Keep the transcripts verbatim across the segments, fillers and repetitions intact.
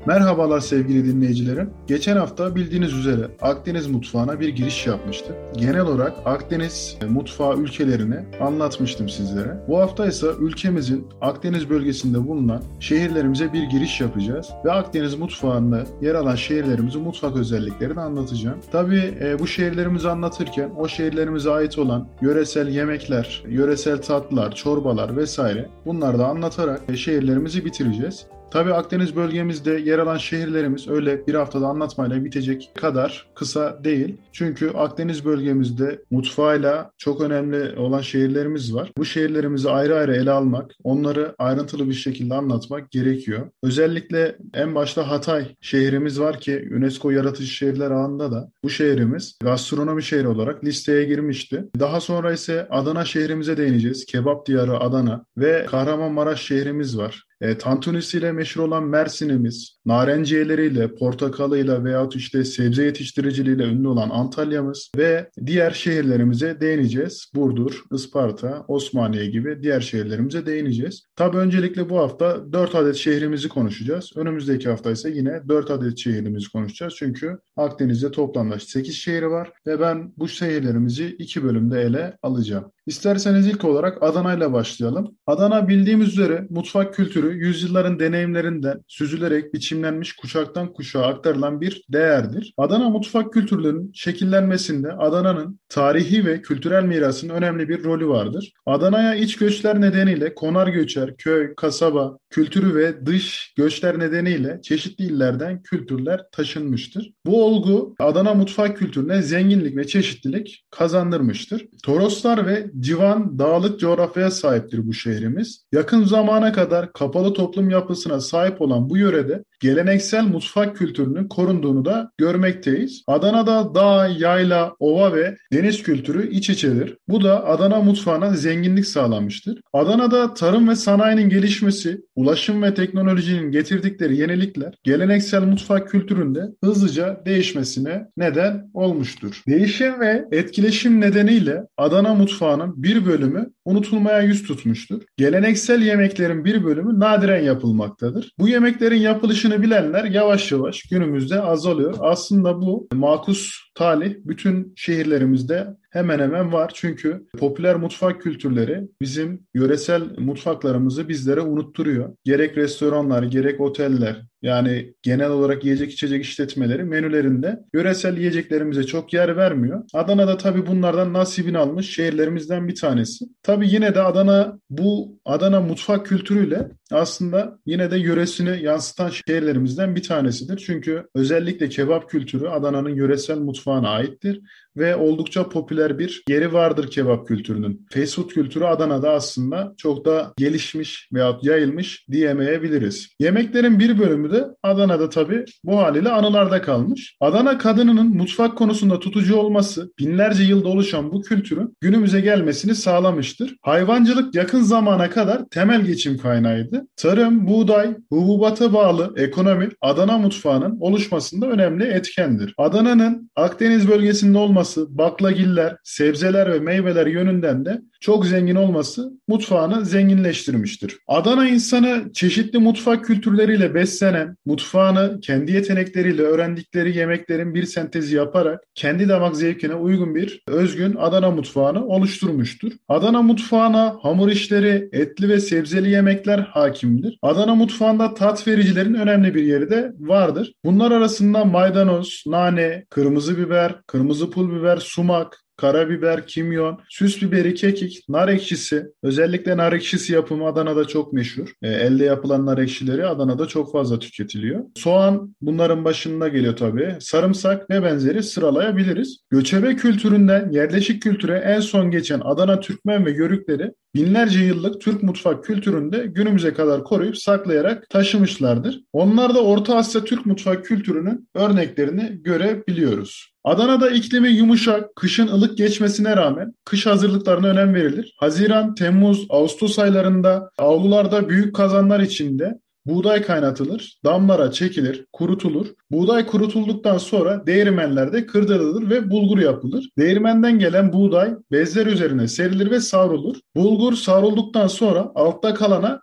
Merhabalar sevgili dinleyicilerim. Geçen hafta bildiğiniz üzere Akdeniz mutfağına bir giriş yapmıştık. Genel olarak Akdeniz mutfağı ülkelerini anlatmıştım sizlere. Bu hafta ise ülkemizin Akdeniz bölgesinde bulunan şehirlerimize bir giriş yapacağız. Ve Akdeniz mutfağında yer alan şehirlerimizin mutfak özelliklerini anlatacağım. Tabii e, bu şehirlerimizi anlatırken o şehirlerimize ait olan yöresel yemekler, yöresel tatlılar, çorbalar vesaire bunları da anlatarak e, şehirlerimizi bitireceğiz. Tabii Akdeniz bölgemizde yer alan şehirlerimiz öyle bir haftada anlatmayla bitecek kadar kısa değil. Çünkü Akdeniz bölgemizde mutfağıyla çok önemli olan şehirlerimiz var. Bu şehirlerimizi ayrı ayrı ele almak, onları ayrıntılı bir şekilde anlatmak gerekiyor. Özellikle en başta Hatay şehrimiz var ki UNESCO Yaratıcı Şehirler ağında da bu şehrimiz gastronomi şehri olarak listeye girmişti. Daha sonra ise Adana şehrimize değineceğiz. Kebap diyarı Adana ve Kahramanmaraş şehrimiz var. E, tantunisiyle meşhur olan Mersin'imiz, narenciyeleriyle, portakalıyla veyahut işte sebze yetiştiriciliğiyle ünlü olan Antalya'mız ve diğer şehirlerimize değineceğiz. Burdur, Isparta, Osmaniye gibi diğer şehirlerimize değineceğiz. Tabii öncelikle bu hafta dört adet şehrimizi konuşacağız. Önümüzdeki hafta ise yine dört adet şehrimizi konuşacağız. Çünkü Akdeniz'de toplamda sekiz şehri var ve ben bu şehirlerimizi iki bölümde ele alacağım. İsterseniz ilk olarak Adana ile başlayalım. Adana bildiğimiz üzere mutfak kültürü yüzyılların deneyimlerinden süzülerek biçimlenmiş kuşaktan kuşağa aktarılan bir değerdir. Adana mutfak kültürlerinin şekillenmesinde Adana'nın tarihi ve kültürel mirasının önemli bir rolü vardır. Adana'ya iç göçler nedeniyle konar göçer, köy, kasaba, kültürü ve dış göçler nedeniyle çeşitli illerden kültürler taşınmıştır. Bu olgu Adana mutfak kültürüne zenginlik ve çeşitlilik kazandırmıştır. Toroslar ve civan dağlık coğrafyaya sahiptir bu şehrimiz. Yakın zamana kadar kapalı toplum yapısına sahip olan bu yörede geleneksel mutfak kültürünün korunduğunu da görmekteyiz. Adana'da dağ, yayla, ova ve deniz kültürü iç içedir. Bu da Adana mutfağına zenginlik sağlamıştır. Adana'da tarım ve sanayinin gelişmesi, ulaşım ve teknolojinin getirdikleri yenilikler geleneksel mutfak kültüründe hızlıca değişmesine neden olmuştur. Değişim ve etkileşim nedeniyle Adana mutfağının bir bölümü unutulmaya yüz tutmuştur. Geleneksel yemeklerin bir bölümü nadiren yapılmaktadır. Bu yemeklerin yapılışını bilenler yavaş yavaş günümüzde azalıyor. Aslında bu makus talih bütün şehirlerimizde hemen hemen var. Çünkü popüler mutfak kültürleri bizim yöresel mutfaklarımızı bizlere unutturuyor. Gerek restoranlar, gerek oteller, yani genel olarak yiyecek içecek işletmeleri menülerinde yöresel yiyeceklerimize çok yer vermiyor. Adana'da tabii bunlardan nasibini almış şehirlerimizden bir tanesi. Tabii yine de Adana bu Adana mutfak kültürüyle aslında yine de yöresini yansıtan şehirlerimizden bir tanesidir. Çünkü özellikle kebap kültürü Adana'nın yöresel mutfağına aittir ve oldukça popüler bir yeri vardır kebap kültürünün. Fast food kültürü Adana'da aslında çok da gelişmiş veyahut yayılmış diyemeyebiliriz. Yemeklerin bir bölümü de Adana'da tabii bu haliyle anılarda kalmış. Adana kadınının mutfak konusunda tutucu olması binlerce yılda oluşan bu kültürün günümüze gelmesini sağlamıştır. Hayvancılık yakın zamana kadar temel geçim kaynağıydı. Tarım, buğday, hububata bağlı ekonomi Adana mutfağının oluşmasında önemli etkendir. Adana'nın Akdeniz bölgesinde olması, baklagiller, sebzeler ve meyveler yönünden de çok zengin olması mutfağını zenginleştirmiştir. Adana insanı çeşitli mutfak kültürleriyle beslenen, mutfağını kendi yetenekleriyle öğrendikleri yemeklerin bir sentezi yaparak kendi damak zevkine uygun bir özgün Adana mutfağını oluşturmuştur. Adana mutfağına hamur işleri, etli ve sebzeli yemekler hakimdir. Adana mutfağında tat vericilerin önemli bir yeri de vardır. Bunlar arasında maydanoz, nane, kırmızı biber, kırmızı pul biber, sumak, karabiber, kimyon, süs biberi, kekik, nar ekşisi. Özellikle nar ekşisi yapımı Adana'da çok meşhur. E, elde yapılan nar ekşileri Adana'da çok fazla tüketiliyor. Soğan bunların başında geliyor tabii. Sarımsak ve benzeri sıralayabiliriz. Göçebe kültüründen yerleşik kültüre en son geçen Adana Türkmen ve Yörükleri binlerce yıllık Türk mutfak kültüründe günümüze kadar koruyup saklayarak taşımışlardır. Onlar da Orta Asya Türk mutfak kültürünün örneklerini görebiliyoruz. Adana'da iklimi yumuşak, kışın ılık geçmesine rağmen kış hazırlıklarına önem verilir. Haziran, Temmuz, Ağustos aylarında avlularda büyük kazanlar içinde buğday kaynatılır, damlara çekilir, kurutulur. Buğday kurutulduktan sonra değirmenlerde kırdırılır ve bulgur yapılır. Değirmenden gelen buğday bezler üzerine serilir ve savrulur. Bulgur savrulduktan sonra altta kalana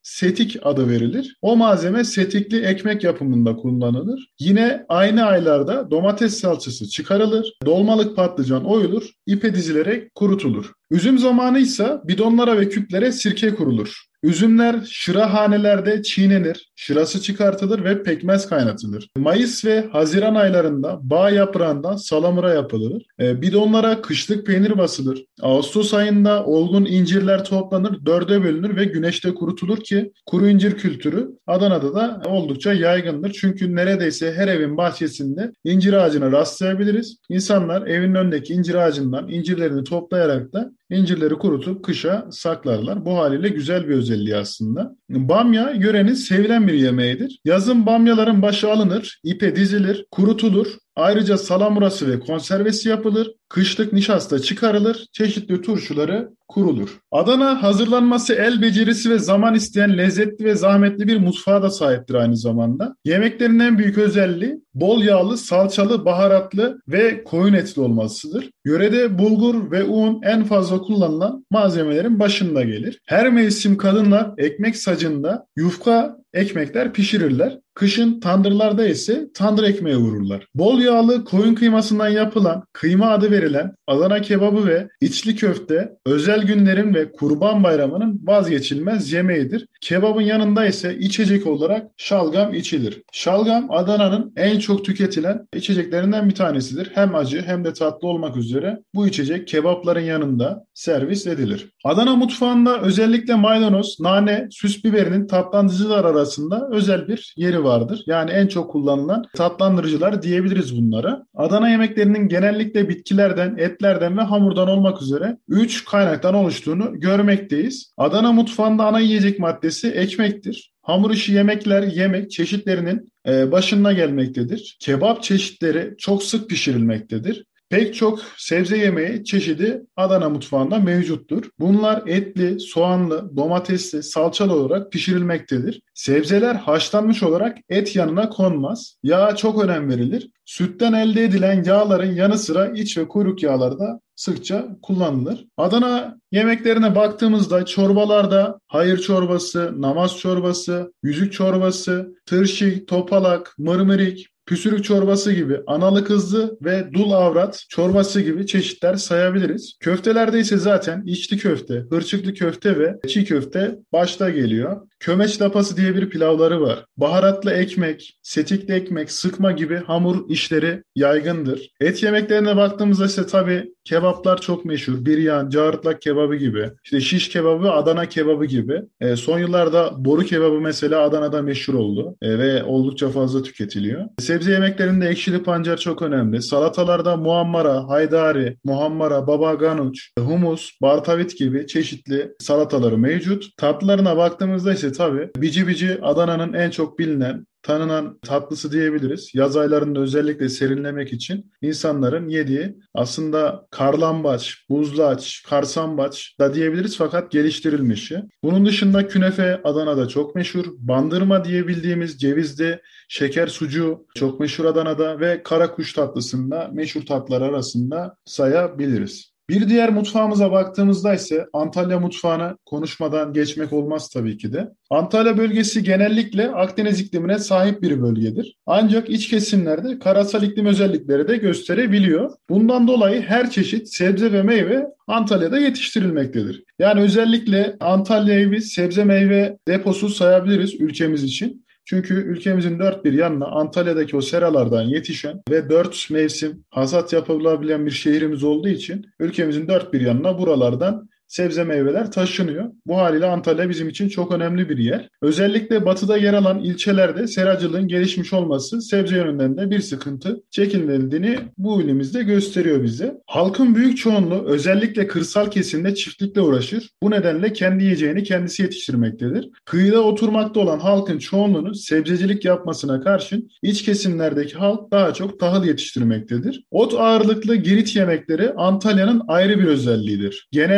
setik adı verilir. O malzeme setikli ekmek yapımında kullanılır. Yine aynı aylarda domates salçası çıkarılır. Dolmalık patlıcan oyulur, ipe dizilerek kurutulur. Üzüm zamanı ise bidonlara ve küplere sirke kurulur. Üzümler şırahanelerde çiğnenir, şırası çıkartılır ve pekmez kaynatılır. Mayıs ve Haziran aylarında bağ yaprağından salamura yapılır. E, bidonlara kışlık peynir basılır. Ağustos ayında olgun incirler toplanır, dörde bölünür ve güneşte kurutulur ki kuru incir kültürü Adana'da da oldukça yaygındır. Çünkü neredeyse her evin bahçesinde incir ağacına rastlayabiliriz. İnsanlar evinin önündeki incir ağacından incirlerini toplayarak da incirleri kurutup kışa saklarlar. Bu haliyle güzel bir özelliği aslında. Bamya yörenin sevilen bir yemeğidir. Yazın bamyaların başı alınır, ipe dizilir, kurutulur. Ayrıca salamurası ve konservesi yapılır. Kışlık nişasta çıkarılır. Çeşitli turşuları kurulur. Adana hazırlanması el becerisi ve zaman isteyen lezzetli ve zahmetli bir mutfağa da sahiptir aynı zamanda. Yemeklerin en büyük özelliği bol yağlı, salçalı, baharatlı ve koyun etli olmasıdır. Yörede bulgur ve un en fazla kullanılan malzemelerin başında gelir. Her mevsim kadınlar ekmek sacında yufka ekmekler pişirirler. Kışın tandırlarda ise tandır ekmeği vururlar. Bol yağlı koyun kıymasından yapılan, kıyma adı verilen Adana kebabı ve içli köfte özel günlerin ve Kurban Bayramı'nın vazgeçilmez yemeğidir. Kebabın yanında ise içecek olarak şalgam içilir. Şalgam Adana'nın en çok tüketilen içeceklerinden bir tanesidir. Hem acı hem de tatlı olmak üzere bu içecek kebapların yanında servis edilir. Adana mutfağında özellikle maydanoz, nane, süs biberinin tatlandırıcılar arasında özel bir yeri vardır. Yani en çok kullanılan tatlandırıcılar diyebiliriz bunlara. Adana yemeklerinin genellikle bitkilerden, etlerden ve hamurdan olmak üzere üç kaynaktan oluştuğunu görmekteyiz. Adana mutfağında ana yiyecek maddesi ekmektir. Hamur işi yemekler, yemek çeşitlerinin başında gelmektedir. Kebap çeşitleri çok sık pişirilmektedir. Pek çok sebze yemeği çeşidi Adana mutfağında mevcuttur. Bunlar etli, soğanlı, domatesli, salçalı olarak pişirilmektedir. Sebzeler haşlanmış olarak et yanına konmaz. Yağa çok önem verilir. Sütten elde edilen yağların yanı sıra iç ve kuyruk yağları da sıkça kullanılır. Adana yemeklerine baktığımızda çorbalarda hayır çorbası, namaz çorbası, yüzük çorbası, tırşık, topalak, mırmırik, püsürük çorbası gibi analı kızlı ve dul avrat çorbası gibi çeşitler sayabiliriz. Köftelerde ise zaten içli köfte, hırçıklı köfte ve çiğ köfte başta geliyor. Kömeç lapası diye bir pilavları var. Baharatlı ekmek, setikli ekmek, sıkma gibi hamur işleri yaygındır. Et yemeklerine baktığımızda ise tabii kebaplar çok meşhur. Biryan, cağırtlak kebabı gibi, işte şiş kebabı, Adana kebabı gibi. E, son yıllarda boru kebabı mesela Adana'da meşhur oldu e, ve oldukça fazla tüketiliyor. Sebze yemeklerinde ekşili pancar çok önemli. Salatalarda muhammara, haydari, muhammara, baba ganuç, humus, bartavit gibi çeşitli salataları mevcut. Tatlılarına baktığımızda ise tabii bici bici Adana'nın en çok bilinen, tanınan tatlısı diyebiliriz. Yaz aylarında özellikle serinlemek için insanların yediği aslında karlambaç, buzlaç, karsambaç da diyebiliriz fakat geliştirilmişi. Bunun dışında künefe Adana'da çok meşhur. Bandırma diyebildiğimiz cevizli şeker sucuğu çok meşhur Adana'da ve karakuş tatlısında meşhur tatlar arasında sayabiliriz. Bir diğer mutfağımıza baktığımızda ise Antalya mutfağını konuşmadan geçmek olmaz tabii ki de. Antalya bölgesi genellikle Akdeniz iklimine sahip bir bölgedir. Ancak iç kesimlerde karasal iklim özellikleri de gösterebiliyor. Bundan dolayı her çeşit sebze ve meyve Antalya'da yetiştirilmektedir. Yani özellikle Antalya'yı biz sebze meyve deposu sayabiliriz ülkemiz için. Çünkü ülkemizin dört bir yanına Antalya'daki o seralardan yetişen ve dört mevsim hasat yapılabilen bir şehrimiz olduğu için ülkemizin dört bir yanına buralardan sebze meyveler taşınıyor. Bu haliyle Antalya bizim için çok önemli bir yer. Özellikle batıda yer alan ilçelerde seracılığın gelişmiş olması sebze yönünden de bir sıkıntı çekilmediğini bu ilimizde gösteriyor bize. Halkın büyük çoğunluğu özellikle kırsal kesimde çiftlikle uğraşır. Bu nedenle kendi yiyeceğini kendisi yetiştirmektedir. Kıyıda oturmakta olan halkın çoğunluğunun sebzecilik yapmasına karşın iç kesimlerdeki halk daha çok tahıl yetiştirmektedir. Ot ağırlıklı Girit yemekleri Antalya'nın ayrı bir özelliğidir. Genellikle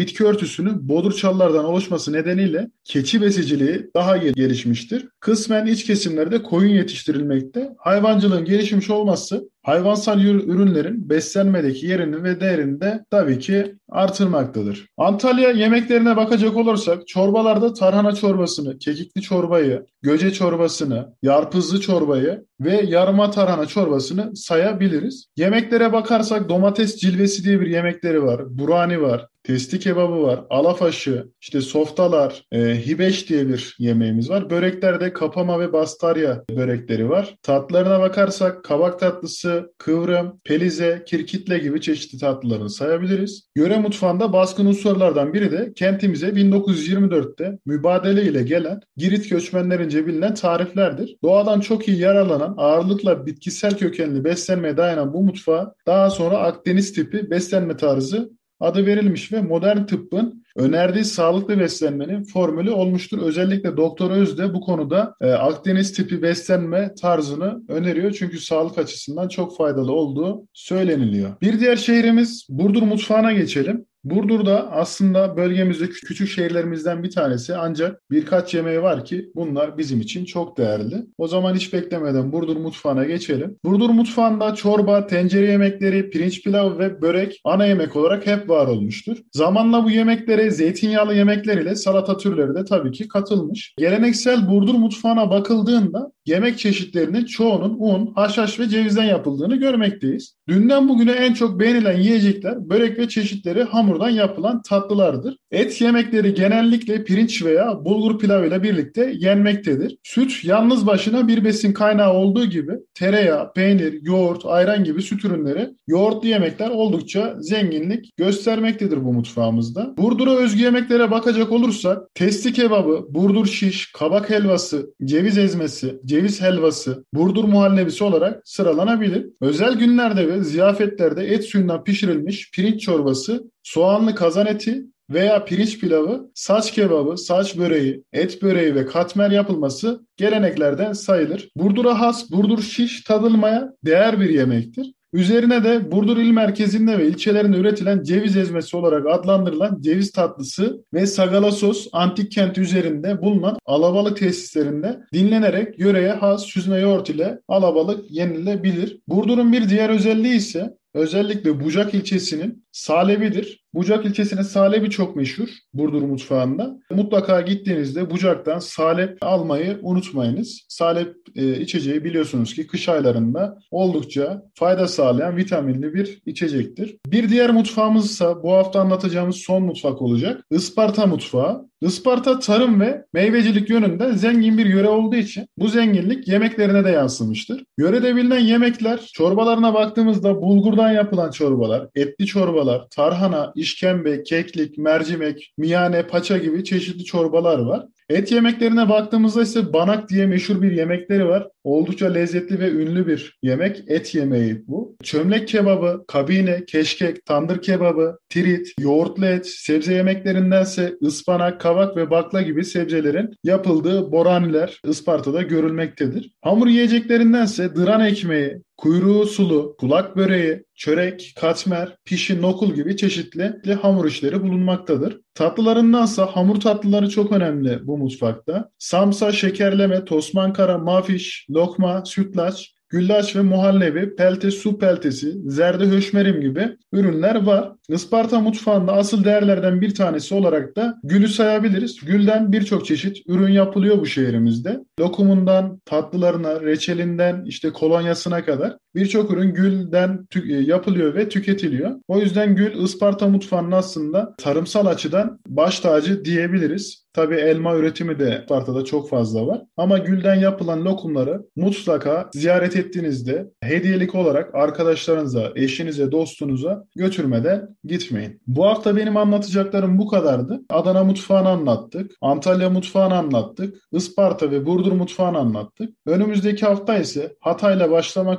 bitki örtüsünün bodurçallardan oluşması nedeniyle keçi besiciliği daha gelişmiştir. Kısmen iç kesimlerde koyun yetiştirilmekte. Hayvancılığın gelişmiş olması hayvansal ürünlerin beslenmedeki yerini ve değerini de tabii ki artırmaktadır. Antalya yemeklerine bakacak olursak çorbalarda tarhana çorbasını, kekikli çorbayı, göce çorbasını, yarpızlı çorbayı ve yarma tarhana çorbasını sayabiliriz. Yemeklere bakarsak domates cilvesi diye bir yemekleri var, burani var, testi kebabı var, alafaşı, işte softalar, e, hibeş diye bir yemeğimiz var. Böreklerde kapama ve bastarya börekleri var. Tatlarına bakarsak kabak tatlısı, kıvrım, pelize, kirkitle gibi çeşitli tatlılarını sayabiliriz. Yöre mutfağında baskın unsurlardan biri de kentimize bin dokuz yüz yirmi dörtte mübadele ile gelen Girit göçmenlerince bilinen tariflerdir. Doğadan çok iyi yararlanan, ağırlıkla bitkisel kökenli beslenmeye dayanan bu mutfağa daha sonra Akdeniz tipi beslenme tarzı adı verilmiş ve modern tıbbın önerdiği sağlıklı beslenmenin formülü olmuştur. Özellikle Doktor Öz de bu konuda e, Akdeniz tipi beslenme tarzını öneriyor. Çünkü sağlık açısından çok faydalı olduğu söyleniliyor. Bir diğer şehrimiz Burdur mutfağına geçelim. Burdur'da aslında bölgemizde küçük şehirlerimizden bir tanesi, ancak birkaç yemeği var ki bunlar bizim için çok değerli. O zaman hiç beklemeden Burdur mutfağına geçelim. Burdur mutfağında çorba, tencere yemekleri, pirinç pilavı ve börek ana yemek olarak hep var olmuştur. Zamanla bu yemeklere zeytinyağlı yemekler ile salata türleri de tabii ki katılmış. Geleneksel Burdur mutfağına bakıldığında yemek çeşitlerinin çoğunun un, haşhaş ve cevizden yapıldığını görmekteyiz. Dünden bugüne en çok beğenilen yiyecekler börek ve çeşitleri hamurdan yapılan tatlılardır. Et yemekleri genellikle pirinç veya bulgur pilavıyla birlikte yenmektedir. Süt yalnız başına bir besin kaynağı olduğu gibi tereyağı, peynir, yoğurt, ayran gibi süt ürünleri, yoğurtlu yemekler oldukça zenginlik göstermektedir bu mutfağımızda. Burdur'a özgü yemeklere bakacak olursak testi kebabı, Burdur şiş, kabak helvası, ceviz ezmesi, ceviz helvası, Burdur muhallebisi olarak sıralanabilir. Özel günlerde ve ziyafetlerde et suyundan pişirilmiş pirinç çorbası, soğanlı kazan eti veya pirinç pilavı, saç kebabı, saç böreği, et böreği ve katmer yapılması geleneklerden sayılır. Burdur'a has Burdur şiş tadılmaya değer bir yemektir. Üzerine de Burdur il merkezinde ve ilçelerinde üretilen ceviz ezmesi olarak adlandırılan ceviz tatlısı ve Sagalassos antik kenti üzerinde bulunan alabalık tesislerinde dinlenerek yöreye has süzme yoğurt ile alabalık yenilebilir. Burdur'un bir diğer özelliği ise özellikle Bucak ilçesinin salebidir. Bucak ilçesinin salebi çok meşhur Burdur mutfağında. Mutlaka gittiğinizde Bucak'tan salep almayı unutmayınız. Salep e, içeceği biliyorsunuz ki kış aylarında oldukça fayda sağlayan vitaminli bir içecektir. Bir diğer mutfağımız ise bu hafta anlatacağımız son mutfak olacak. Isparta mutfağı. Isparta tarım ve meyvecilik yönünden zengin bir yöre olduğu için bu zenginlik yemeklerine de yansımıştır. Yörede bilinen yemekler, çorbalarına baktığımızda bulgurdan yapılan çorbalar, etli çorbalar, tarhana, işkembe, keklik, mercimek, miyane, paça gibi çeşitli çorbalar var. Et yemeklerine baktığımızda ise banak diye meşhur bir yemekleri var. Oldukça lezzetli ve ünlü bir yemek. Et yemeği bu. Çömlek kebabı, kabine, keşkek, tandır kebabı, tirit, yoğurtlu et, sebze yemeklerindense ıspanak, kavak ve bakla gibi sebzelerin yapıldığı boraniler Isparta'da görülmektedir. Hamur yiyeceklerindense dıran ekmeği, kuyruğu sulu, kulak böreği, çörek, katmer, pişi, nokul gibi çeşitli hamur işleri bulunmaktadır. Tatlılarındansa hamur tatlıları çok önemli bu mutfakta. Samsa, şekerleme, tosmankara, mafiş, lokma, sütlaç, güllaç ve muhallebi, pelte, su peltesi, zerde höşmerim gibi ürünler var. Isparta mutfağında asıl değerlerden bir tanesi olarak da gülü sayabiliriz. Gülden birçok çeşit ürün yapılıyor bu şehrimizde. Lokumundan, tatlılarına, reçelinden, işte kolonyasına kadar birçok ürün gülden yapılıyor ve tüketiliyor. O yüzden gül Isparta mutfağının aslında tarımsal açıdan baş tacı diyebiliriz. Tabii elma üretimi de Isparta'da çok fazla var. Ama gülden yapılan lokumları mutlaka ziyaret ettiğinizde hediyelik olarak arkadaşlarınıza, eşinize, dostunuza götürmeden gitmeyin. Bu hafta benim anlatacaklarım bu kadardı. Adana mutfağını anlattık. Antalya mutfağını anlattık. Isparta ve Burdur mutfağını anlattık. Önümüzdeki hafta ise Hatay'la başlamak üzere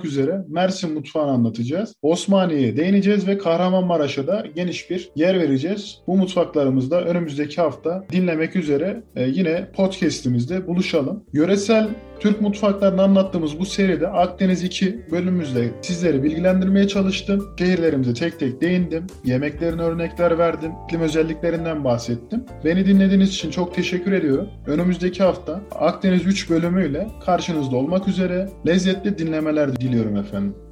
sizlere Mersin mutfağını anlatacağız. Osmaniye'ye değineceğiz ve Kahramanmaraş'a da geniş bir yer vereceğiz. Bu mutfaklarımızda önümüzdeki hafta dinlemek üzere e, yine podcast'imizde buluşalım. Yöresel Türk mutfaklarını anlattığımız bu seride Akdeniz iki bölümümüzde sizleri bilgilendirmeye çalıştım. Şehirlerimize tek tek değindim. Yemeklerine örnekler verdim. İklim özelliklerinden bahsettim. Beni dinlediğiniz için çok teşekkür ediyorum. Önümüzdeki hafta Akdeniz üç bölümüyle karşınızda olmak üzere lezzetli dinlemeler diliyorum efendim.